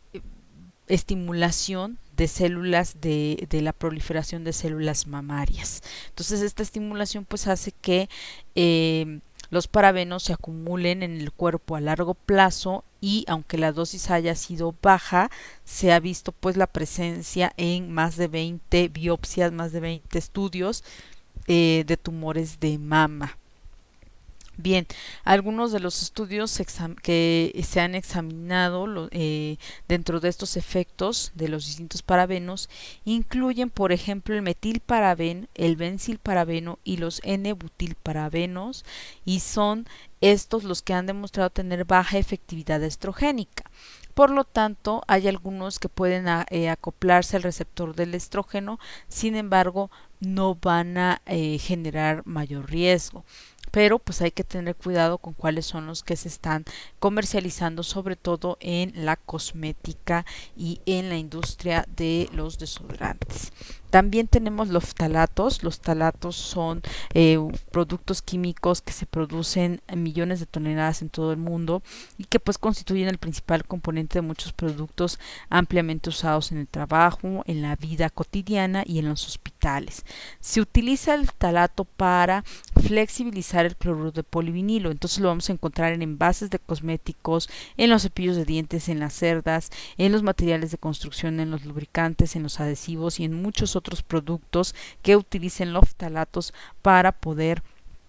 estimulación de células de, de la proliferación de células mamarias. Entonces esta estimulación pues hace que eh, los parabenos se acumulen en el cuerpo a largo plazo, y aunque la dosis haya sido baja, se ha visto pues la presencia en más de veinte biopsias, más de veinte estudios eh, de tumores de mama. Bien, algunos de los estudios que se han examinado lo, eh, dentro de estos efectos de los distintos parabenos incluyen, por ejemplo, el metilparaben, el benzilparabeno y los N-butilparabenos, y son estos los que han demostrado tener baja efectividad estrogénica. Por lo tanto, hay algunos que pueden a, eh, acoplarse al receptor del estrógeno, sin embargo, no van a eh, generar mayor riesgo. Pero pues hay que tener cuidado con cuáles son los que se están comercializando, sobre todo en la cosmética y en la industria de los desodorantes. También tenemos los ftalatos. Los ftalatos son eh, productos químicos que se producen en millones de toneladas en todo el mundo y que pues constituyen el principal componente de muchos productos ampliamente usados en el trabajo, en la vida cotidiana y en los hospitales. Se utiliza el ftalato para flexibilizar el cloruro de polivinilo, entonces lo vamos a encontrar en envases de cosméticos, en los cepillos de dientes, en las cerdas, en los materiales de construcción, en los lubricantes, en los adhesivos y en muchos otros productos que utilicen los ftalatos para poder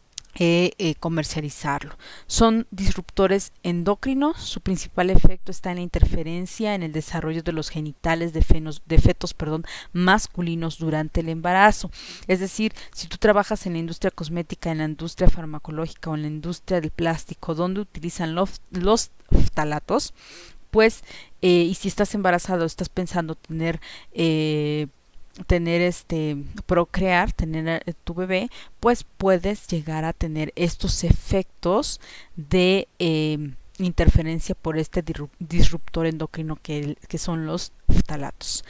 Eh, eh, comercializarlo. Son disruptores endocrinos. Su principal efecto está en la interferencia en el desarrollo de los genitales de, fenos, de fetos perdón, masculinos durante el embarazo. Es decir, si tú trabajas en la industria cosmética, en la industria farmacológica o en la industria del plástico donde utilizan los, los ftalatos, pues, eh, y si estás embarazado, estás pensando tener eh, tener este procrear, tener tu bebé, pues puedes llegar a tener estos efectos de eh, interferencia por este disruptor endocrino que, que son los ftalatos.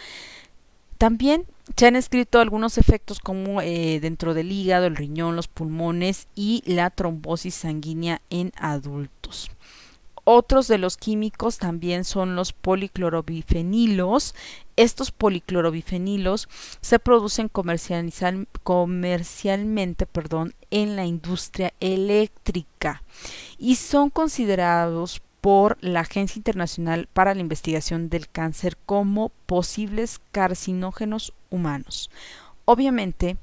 También se han escrito algunos efectos como eh, dentro del hígado, el riñón, los pulmones y la trombosis sanguínea en adultos. Otros de los químicos también son los policlorobifenilos. Estos policlorobifenilos se producen comercial, comercialmente perdón, en la industria eléctrica y son considerados por la Agencia Internacional para la Investigación del Cáncer como posibles carcinógenos humanos. Obviamente,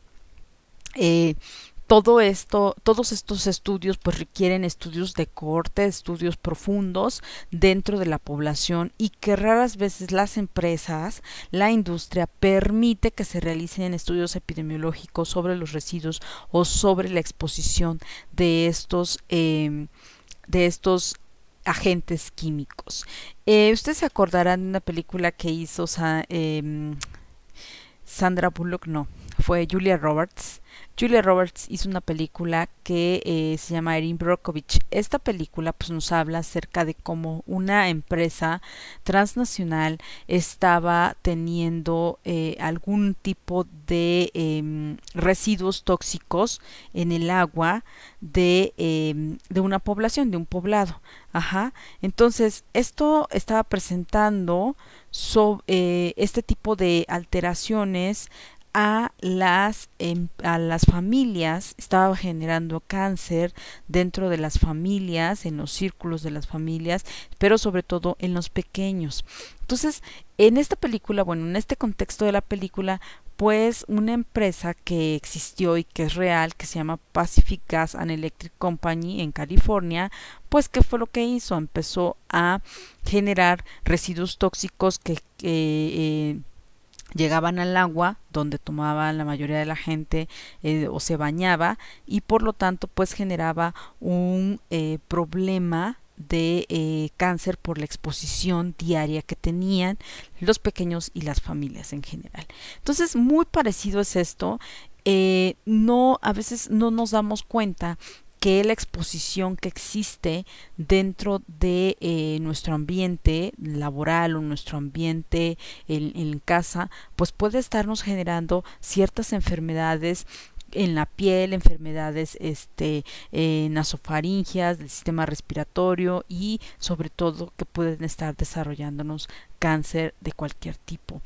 eh, todo esto, todos estos estudios pues requieren estudios de cohorte, estudios profundos dentro de la población y que raras veces las empresas, la industria permite que se realicen estudios epidemiológicos sobre los residuos o sobre la exposición de estos, eh, de estos agentes químicos. Eh, ustedes se acordarán de una película que hizo eh, Sandra Bullock, no, fue Julia Roberts. Julia Roberts hizo una película que eh, se llama Erin Brockovich. Esta película pues nos habla acerca de cómo una empresa transnacional estaba teniendo eh, algún tipo de eh, residuos tóxicos en el agua de, eh, de una población, de un poblado. Ajá. Entonces, esto estaba presentando so, eh, este tipo de alteraciones a las, eh, a las familias, estaba generando cáncer dentro de las familias, en los círculos de las familias, pero sobre todo en los pequeños. Entonces, en esta película, bueno, en este contexto de la película, pues una empresa que existió y que es real, que se llama Pacific Gas and Electric Company en California, pues ¿qué fue lo que hizo? Empezó a generar residuos tóxicos que... que eh, llegaban al agua donde tomaba la mayoría de la gente eh, o se bañaba y por lo tanto pues generaba un eh, problema de eh, cáncer por la exposición diaria que tenían los pequeños y las familias en general. Entonces muy parecido es esto. Eh, no, a veces no nos damos cuenta que la exposición que existe dentro de eh, nuestro ambiente laboral o nuestro ambiente en, en casa, pues puede estarnos generando ciertas enfermedades en la piel, enfermedades este, eh, nasofaringias, del sistema respiratorio y sobre todo que pueden estar desarrollándonos cáncer de cualquier tipo.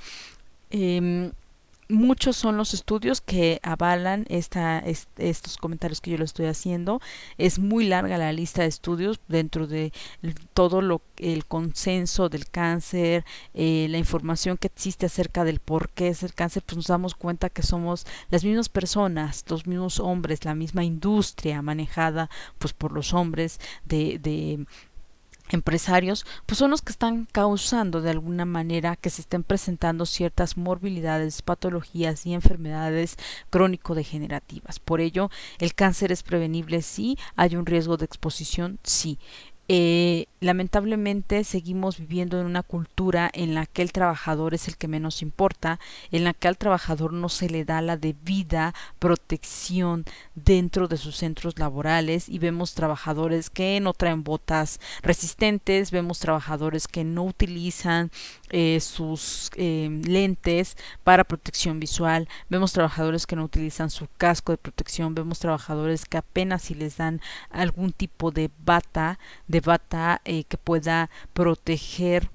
Eh, Muchos son los estudios que avalan esta, est, estos comentarios que yo le estoy haciendo. Es muy larga la lista de estudios dentro de todo lo el consenso del cáncer, eh, la información que existe acerca del por qué es el cáncer, pues nos damos cuenta que somos las mismas personas, los mismos hombres, la misma industria manejada pues por los hombres de, de empresarios, pues son los que están causando de alguna manera que se estén presentando ciertas morbilidades, patologías y enfermedades crónico-degenerativas. Por ello, el cáncer es prevenible, sí, hay un riesgo de exposición, sí. eh, lamentablemente seguimos viviendo en una cultura en la que el trabajador es el que menos importa, en la que al trabajador no se le da la debida protección dentro de sus centros laborales, y vemos trabajadores que no traen botas resistentes, vemos trabajadores que no utilizan eh, sus eh, lentes para protección visual, vemos trabajadores que no utilizan su casco de protección, vemos trabajadores que apenas si les dan algún tipo de bata de bata eh, que pueda proteger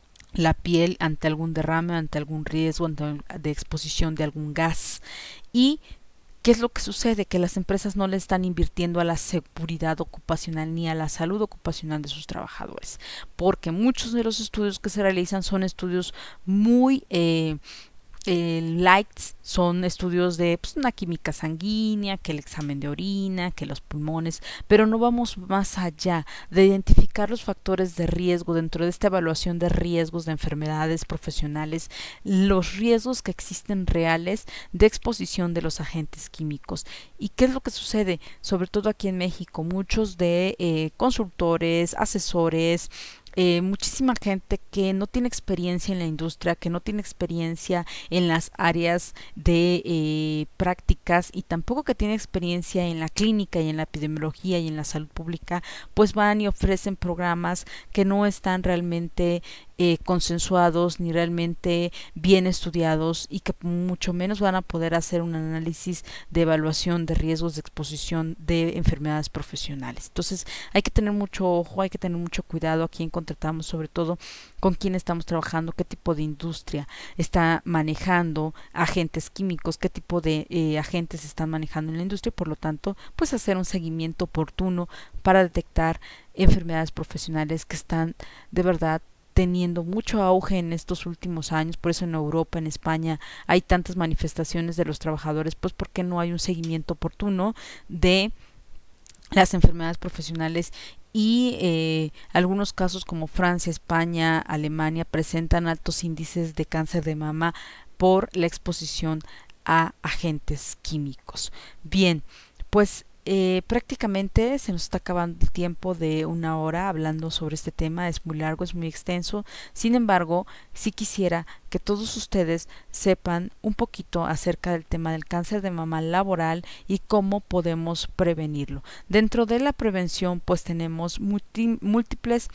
la piel ante algún derrame, ante algún riesgo, ante, de exposición de algún gas. Y ¿qué es lo que sucede? Que las empresas no le están invirtiendo a la seguridad ocupacional ni a la salud ocupacional de sus trabajadores, porque muchos de los estudios que se realizan son estudios muy eh, eh, lights, son estudios de pues, una química sanguínea, que el examen de orina, que los pulmones, pero no vamos más allá de identificar los factores de riesgo dentro de esta evaluación de riesgos de enfermedades profesionales, los riesgos que existen reales de exposición de los agentes químicos. ¿Y qué es lo que sucede? Sobre todo aquí en México, muchos de eh, consultores, asesores, eh, muchísima gente que no tiene experiencia en la industria, que no tiene experiencia en las áreas de eh, prácticas, y tampoco que tiene experiencia en la clínica y en la epidemiología y en la salud pública, pues van y ofrecen programas que no están realmente eh, consensuados ni realmente bien estudiados, y que mucho menos van a poder hacer un análisis de evaluación de riesgos de exposición de enfermedades profesionales. Entonces hay que tener mucho ojo, hay que tener mucho cuidado a quién contratamos, sobre todo con quién estamos trabajando, qué tipo de industria está manejando agentes químicos, qué tipo de eh, agentes están manejando en la industria, y por lo tanto pues hacer un seguimiento oportuno para detectar enfermedades profesionales que están de verdad teniendo mucho auge en estos últimos años. Por eso en Europa, en España hay tantas manifestaciones de los trabajadores, pues porque no hay un seguimiento oportuno de las enfermedades profesionales, y eh, algunos casos como Francia, España, Alemania presentan altos índices de cáncer de mama por la exposición a agentes químicos. Bien, pues eh, prácticamente se nos está acabando el tiempo de una hora hablando sobre este tema. Es muy largo, es muy extenso. Sin embargo, sí quisiera que todos ustedes sepan un poquito acerca del tema del cáncer de mama laboral y cómo podemos prevenirlo. Dentro de la prevención, pues tenemos multi, múltiples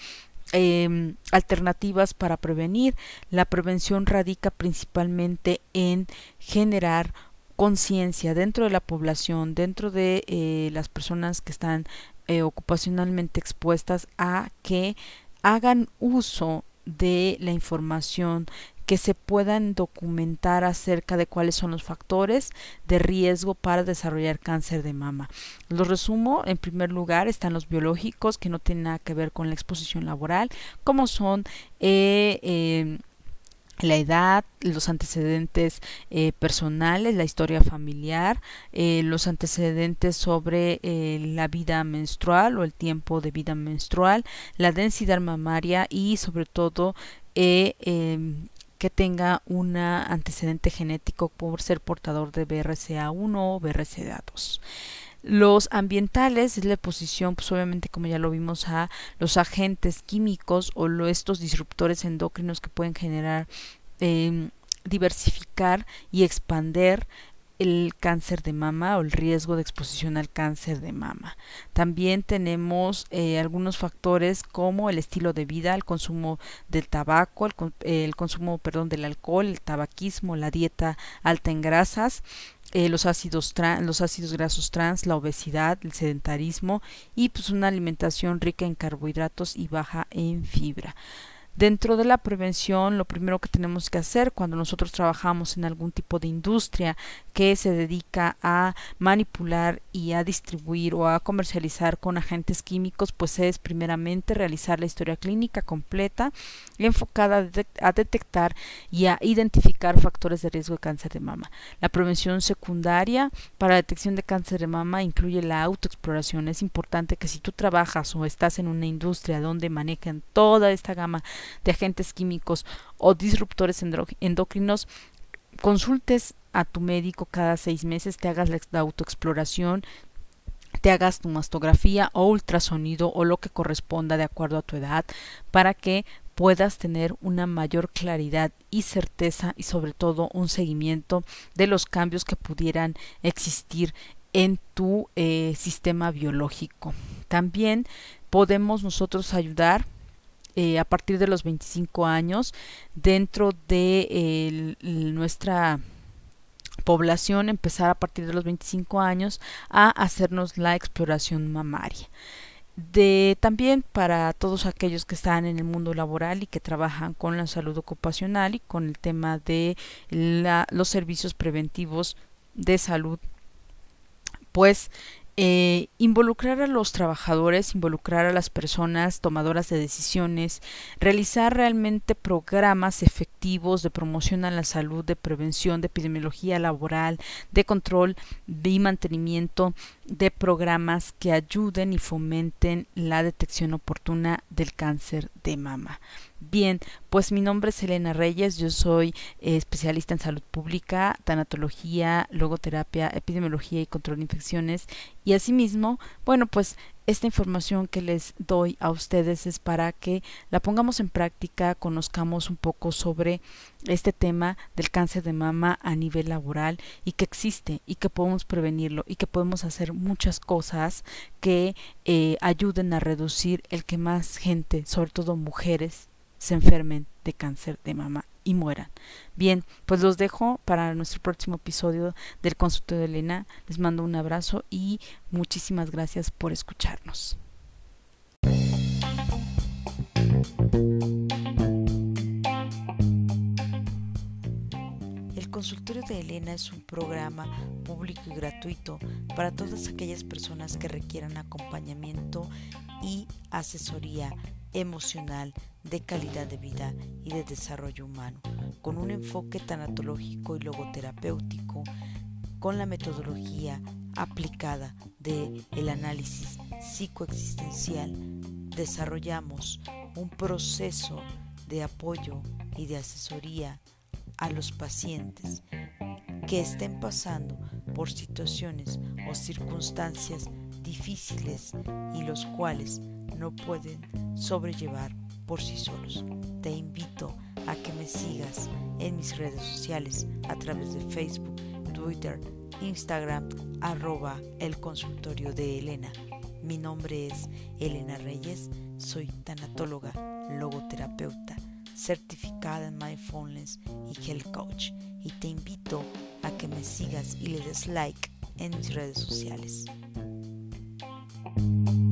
Eh, alternativas para prevenir. La prevención radica principalmente en generar conciencia dentro de la población, dentro de eh, las personas que están eh, ocupacionalmente expuestas, a que hagan uso de la información, que se puedan documentar acerca de cuáles son los factores de riesgo para desarrollar cáncer de mama. Los resumo: en primer lugar están los biológicos, que no tienen nada que ver con la exposición laboral, como son eh, eh, la edad, los antecedentes eh, personales, la historia familiar, eh, los antecedentes sobre eh, la vida menstrual o el tiempo de vida menstrual, la densidad mamaria, y sobre todo eh, eh, que tenga un antecedente genético por ser portador de B R C A uno o B R C A dos. Los ambientales es la exposición, pues obviamente, como ya lo vimos, a los agentes químicos o lo, estos disruptores endocrinos que pueden generar, eh, diversificar y expander el cáncer de mama o el riesgo de exposición al cáncer de mama. También tenemos eh, algunos factores como el estilo de vida, el consumo del tabaco, el, el consumo, perdón, del alcohol, el tabaquismo, la dieta alta en grasas, eh, los ácidos trans, los ácidos grasos trans, la obesidad, el sedentarismo, y pues una alimentación rica en carbohidratos y baja en fibra. Dentro de la prevención, lo primero que tenemos que hacer cuando nosotros trabajamos en algún tipo de industria que se dedica a manipular y a distribuir o a comercializar con agentes químicos, pues es primeramente realizar la historia clínica completa enfocada a, de a detectar y a identificar factores de riesgo de cáncer de mama. La prevención secundaria para la detección de cáncer de mama incluye la autoexploración. Es importante que si tú trabajas o estás en una industria donde manejan toda esta gama de agentes químicos o disruptores endocrinos, consultes a tu médico cada seis meses, te hagas la autoexploración, te hagas tu mastografía o ultrasonido o lo que corresponda de acuerdo a tu edad para que puedas tener una mayor claridad y certeza y sobre todo un seguimiento de los cambios que pudieran existir en tu eh, sistema biológico. También podemos nosotros ayudar eh, a partir de los veinticinco años dentro de eh, nuestra población, empezar a partir de los veinticinco años a hacernos la exploración mamaria. De, también para todos aquellos que están en el mundo laboral y que trabajan con la salud ocupacional y con el tema de la, los servicios preventivos de salud, pues eh, involucrar a los trabajadores, involucrar a las personas tomadoras de decisiones, realizar realmente programas efectivos de promoción a la salud, de prevención, de epidemiología laboral, de control y mantenimiento de programas que ayuden y fomenten la detección oportuna del cáncer de mama. Bien, pues mi nombre es Elena Reyes, yo soy eh, especialista en salud pública, tanatología, logoterapia, epidemiología y control de infecciones, y asimismo, bueno, pues esta información que les doy a ustedes es para que la pongamos en práctica, conozcamos un poco sobre este tema del cáncer de mama a nivel laboral y que existe y que podemos prevenirlo y que podemos hacer muchas cosas que eh, ayuden a reducir el que más gente, sobre todo mujeres, se enfermen de cáncer de mama y mueran. Bien, pues los dejo para nuestro próximo episodio del Consultorio de Elena. Les mando un abrazo y muchísimas gracias por escucharnos. El Consultorio de Elena es un programa público y gratuito para todas aquellas personas que requieran acompañamiento y asesoría emocional, de calidad de vida y de desarrollo humano, con un enfoque tanatológico y logoterapéutico, con la metodología aplicada del análisis psicoexistencial. Desarrollamos un proceso de apoyo y de asesoría a los pacientes que estén pasando por situaciones o circunstancias difíciles y los cuales no pueden sobrellevar por sí solos. Te invito a que me sigas en mis redes sociales a través de Facebook, Twitter, Instagram, arroba el consultorio de Elena. Mi nombre es Elena Reyes, soy tanatóloga, logoterapeuta, certificada en Mindfulness y Health Coach, y te invito a que me sigas y le des like en mis redes sociales.